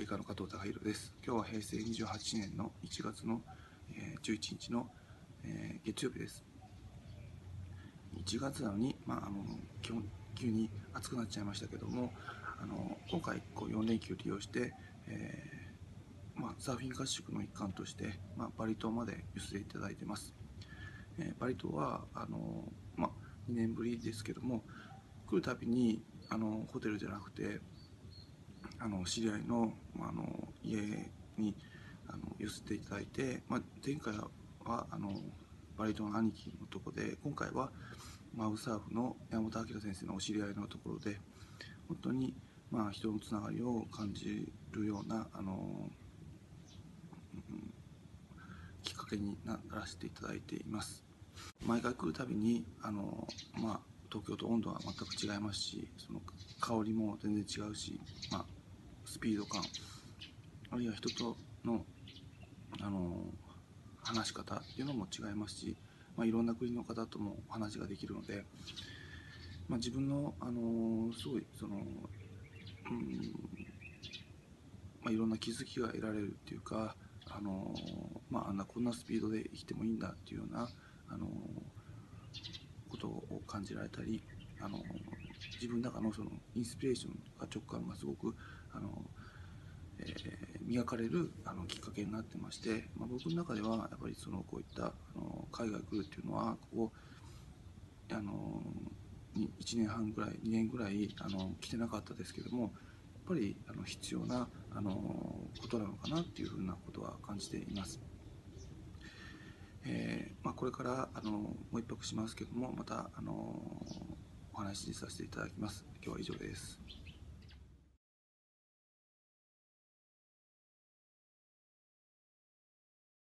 家の加藤隆弘です。今日は平成28年の1月の11日の月曜日です。1月なのに、急に暑くなっちゃいましたけども、今回4連休を利用して、サーフィン合宿の一環として、バリ島まで寄せていただいてます。バリ島は2年ぶりですけども、来るたびにホテルじゃなくて知り合いの、家に寄せていただいて、前回はバリ島の兄貴のところで、今回はマウサーフの山本明先生のお知り合いのところで、本当に人のつながりを感じるようなきっかけにならせていただいています。毎回来るたびに東京と温度は全く違いますし、その香りも全然違うし、スピード感、あるいは人との話し方っていうのも違いますし、いろんな国の方とも話ができるので、自分のすごいいろんな気づきが得られるっていうか、こんなスピードで生きてもいいんだっていうようなことを感じられたり、自分の中のそのインスピレーションとか直感がすごく磨かれるきっかけになってまして、僕の中ではやっぱりこういった海外来るっていうのはここ1年半ぐらい2年ぐらい来てなかったですけども、やっぱり必要なことなのかなっていうふうなことは感じています。これからもう一泊しますけども、またお話しさせていただきます。今日は以上です。